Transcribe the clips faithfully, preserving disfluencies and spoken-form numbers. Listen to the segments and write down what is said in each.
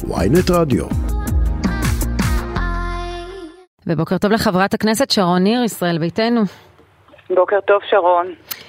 וויינט רדיו. ובוקר טוב לחברת הכנסת שרון ניר, ישראל ביתנו. בוקר טוב שרון.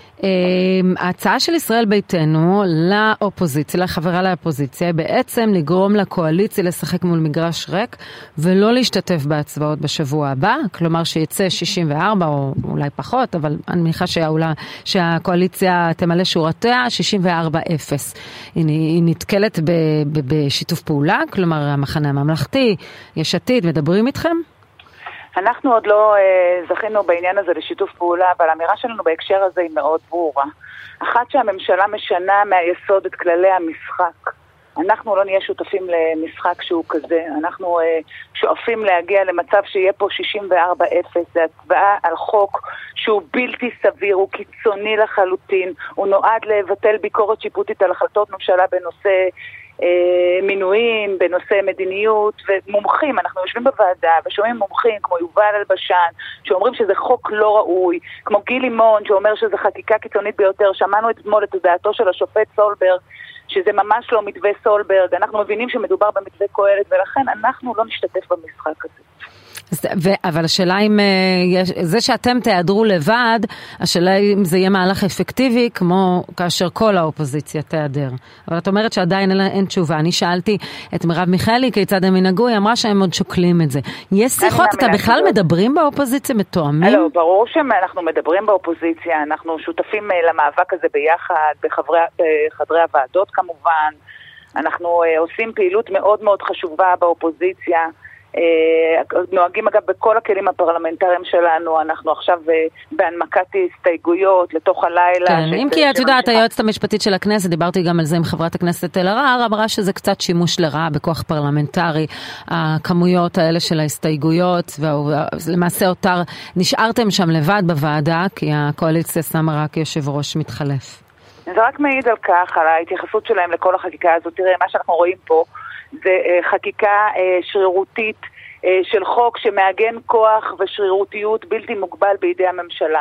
ההצעה של ישראל ביתנו לאופוזיציה, לחברה לאופוזיציה, היא בעצם לגרום לקואליציה לשחק מול מגרש ריק ולא להשתתף בהצבעות בשבוע הבא, כלומר שיצא שישים וארבע או אולי פחות, אבל אני מניחה שהאולה, שהקואליציה תמלא שורתיה שישים וארבע אפס. היא, היא נתקלת ב, ב, בשיתוף פעולה, כלומר המחנה הממלכתי, יש עתיד, מדברים איתכם? אנחנו עוד לא אה, זכינו בעניין הזה לשיתוף פעולה, אבל האמירה שלנו בהקשר הזה היא מאוד ברורה. אחת שהממשלה משנה מהיסוד את כללי המשחק. אנחנו לא נהיה שותפים למשחק שהוא כזה. אנחנו אה, שואפים להגיע למצב שיהיה פה שישים וארבע אפס. זה הצבעה על חוק שהוא בלתי סביר, הוא קיצוני לחלוטין. הוא נועד לבטל ביקורת שיפוטית על החלטות ממשלה בנושא מינויים, בנושא מדיניות ומומחים. אנחנו יושבים בוועדה ושומעים מומחים כמו יובל אלבשן שאומרים שזה חוק לא ראוי, כמו גיל לימון שאומר שזה חקיקה קיצונית ביותר. שמענו אתמול את דעתו של השופט סולברג שזה ממש לא מתווה סולברג. אנחנו מבינים שמדובר במתווה קהלת, ולכן אנחנו לא נשתתף במשחק הזה. אבל השאלה אם זה שאתם תיעדרו לבד, השאלה אם זה יהיה מהלך אפקטיבי כמו כאשר כל האופוזיציה תיעדר. אבל את אומרת שעדיין אין תשובה. אני שאלתי את מרב מיכאלי כיצד הם ינהגו, היא אמרה שהם עוד שוקלים את זה. יש שיחות, אתה בכלל מדברים באופוזיציה, מתואמים? לא, ברור שאנחנו מדברים באופוזיציה, אנחנו שותפים למאבק הזה ביחד, בחדרי הוועדות כמובן. אנחנו עושים פעילות מאוד מאוד חשובה באופוזיציה, נוהגים אגב בכל הכלים הפרלמנטריים שלנו. אנחנו עכשיו בהנמקת הסתייגויות לתוך הלילה. כן, אם כי את יודעת, היועצת המשפטית של הכנסת, דיברתי גם על זה עם חברת הכנסת אלהרר, אמרה שזה קצת שימוש לרעה בכוח פרלמנטרי, הכמויות האלה של ההסתייגויות, ולמעשה אותר נשארתם שם לבד בוועדה, כי הקואליציה שמה רק יושב ראש מתחלף. זה רק מעיד על כך, על ההתייחסות שלהם לכל החקיקה הזאת. תראה, מה שאנחנו רואים פה זה חקיקה שרירותית של חוק שמעגן כוח ושרירותיות בלתי מוגבל בידי הממשלה.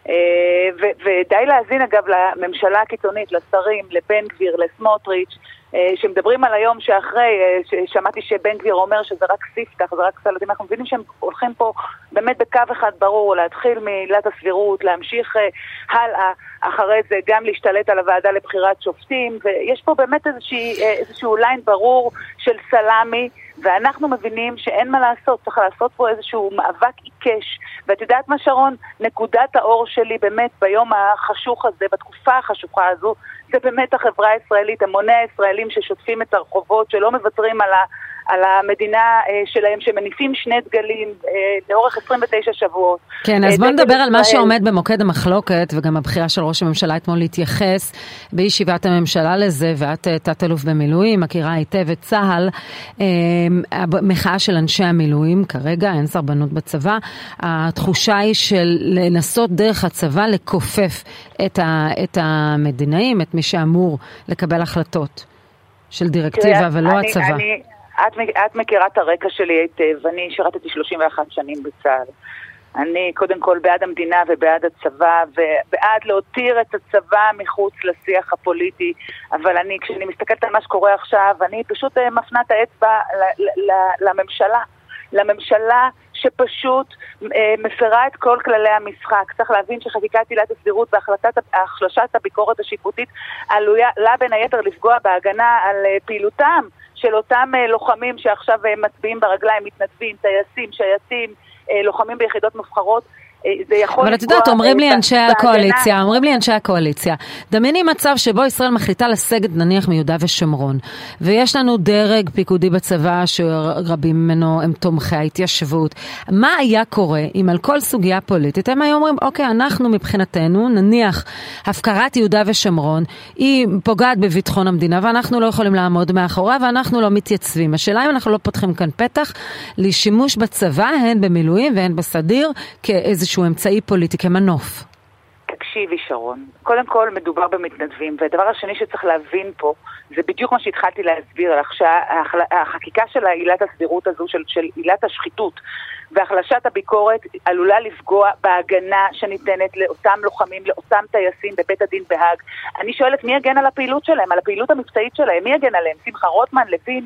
ודי להזין אגב לממשלה הקיצונית, לשרים, לבן גביר, לסמוטריץ', שמדברים על היום שאחרי, שמעתי שבן גביר אומר שזה רק ספתח, זה רק סלטים. אנחנו מבינים שהם הולכים פה באמת בקו אחד ברור, להתחיל מעילת הסבירות, להמשיך הלאה אחרי זה גם להשתלט על הוועדה לבחירת שופטים, ויש פה באמת איזושהי, איזשהו ליין ברור של סלמי, ואנחנו מבינים שאין מה לעשות, צריך לעשות פה איזשהו מאבק עיקש. ואת יודעת מה שרון, נקודת האור שלי באמת ביום החשוך הזה, בתקופה החשוכה הזו, זה באמת החברה הישראלית, המוני הישראלים ששוטפים את הרחובות, שלא מוותרים על, ה, על המדינה שלהם, שמניפים שני דגלים לאורך עשרים ותשע שבועות. כן, אז בוא נדבר על מה שעומד במוקד המחלוקת, וגם הבחירה של ראש הממשלה אתמול להתייחס בישיבת הממשלה לזה, ואת תת-אלוף במילואים, מכירה היטב את צה"ל, המחאה של אנשי המילואים, כרגע אין סרבנות בצבא, התחושה היא של לנסות דרך הצבא לקופף את, ה, את המדינאים, את מי שאמור לקבל החלטות של דירקטיבה ולא אני, הצבא. אני, את, את מכירה את הרקע שלי היטב, אני שירתתי שלושים ואחת שנים בצה"ל. אני קודם כל בעד המדינה ובעד הצבא, ובעד להותיר את הצבא מחוץ לשיח הפוליטי, אבל אני, כשאני מסתכלת על מה שקורה עכשיו, אני פשוט מפנה את האצבע לממשלה, לממשלה שפשוט מפרה את כל כללי המשחק. צריך להבין שחקיקת עילת הסבירות והחלשת הביקורת השיפוטית עלולה בין היתר לפגוע בהגנה על פעילותם של אותם לוחמים שעכשיו מצביעים ברגליים, מתנדבים, טייסים, שייטים, לוחמים ביחידות מובחרות. אבל את יודעת, אומרים לי אנשי הקואליציה, אומרים לי אנשי הקואליציה, דמייני מצב שבו ישראל מחליטה לסגת נניח מיהודה ושומרון, ויש לנו דרג פיקודי בצבא שרבים ממנו הם תומכי ההתיישבות. מה היה קורה אם על כל סוגיה פוליטית הם היו אומרים, אוקיי, אנחנו מבחינתנו נניח הפקרת יהודה ושומרון, היא פוגעת בביטחון המדינה, ואנחנו לא יכולים לעמוד מאחוריה, ואנחנו לא מתייצבים. השאלה אם אנחנו לא פותחים כאן פתח לשימוש בצבא, הן במילואים והן בסדיר, כאיזה שהוא אמצעי פוליטי, כמנוף. תקשיבי שרון, קודם כל מדובר במתנדבים, והדבר השני שצריך להבין פה, זה בדיוק מה שהתחלתי להסביר לך, שהחקיקה של עילת הסבירות הזו, של, של עילת השחיתות, והחלשת הביקורת עלולה לפגוע בהגנה שניתנת לאותם לוחמים, לאותם טייסים בבית הדין בהאג. אני שואלת מי יגן על הפעילות שלהם, על הפעילות המבצעית שלהם, מי יגן עליהם? שמחה רוטמן, לוין?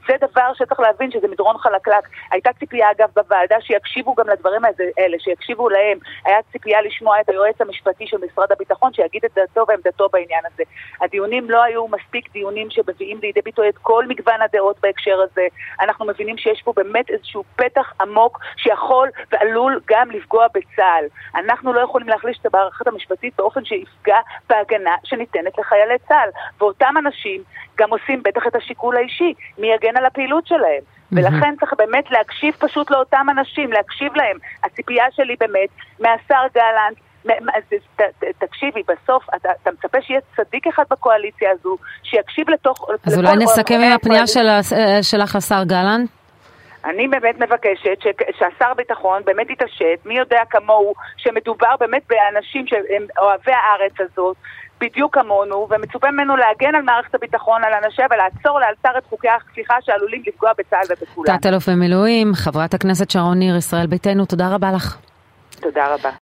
זה דבר שצריך להבין שזה מדרון חלקלק. הייתה ציפייה אגב בוועדה שיקשיבו גם לדברים האלה, שיקשיבו להם. היה ציפייה לשמוע את היועץ המשפטי של משרד הביטחון שיגיד את דעתו ועמדתו בעניין הזה. הדיונים לא היו מספיק דיונים שמביאים לידי ביטוי את כל מגוון הדעות בהקשר הזה. אנחנו מבינים שיש פה באמת איזשהו פתח עמוק שיכול ועלול גם לפגוע בצה"ל. אנחנו לא יכולים להחליש את המערכת המשפטית באופן שיפגע בהגנה שניתנת לחיילי צה"ל. ואותם אנשים גם עושים בטח את השיקול האישי, מי יגן על הפעילות שלהם. ולכן צריך באמת להקשיב פשוט לאותם אנשים, להקשיב להם. הציפייה שלי באמת מהשר גלנט, תקשיבי, בסוף אתה מצפה שיהיה צדיק אחד בקואליציה הזו, שיקשיב לתוך... אז אולי נסכם עם הפנייה שלך לשר גלנט? אני באמת מבקשת שהשר ביטחון באמת יתעשת, מי יודע כמוהו, שמדובר באמת באנשים שהם אוהבי הארץ הזאת, בדיוק כמונו, ומצופה ממנו להגן על מערכת הביטחון, על אנשיה, ולעצור לאלתר את חוקי ההפיכה שעלולים לפגוע בצה"ל ובכולם. תת-אלוף במילואים, חברת הכנסת שרון ניר, ישראל ביתנו, תודה רבה לך. תודה רבה.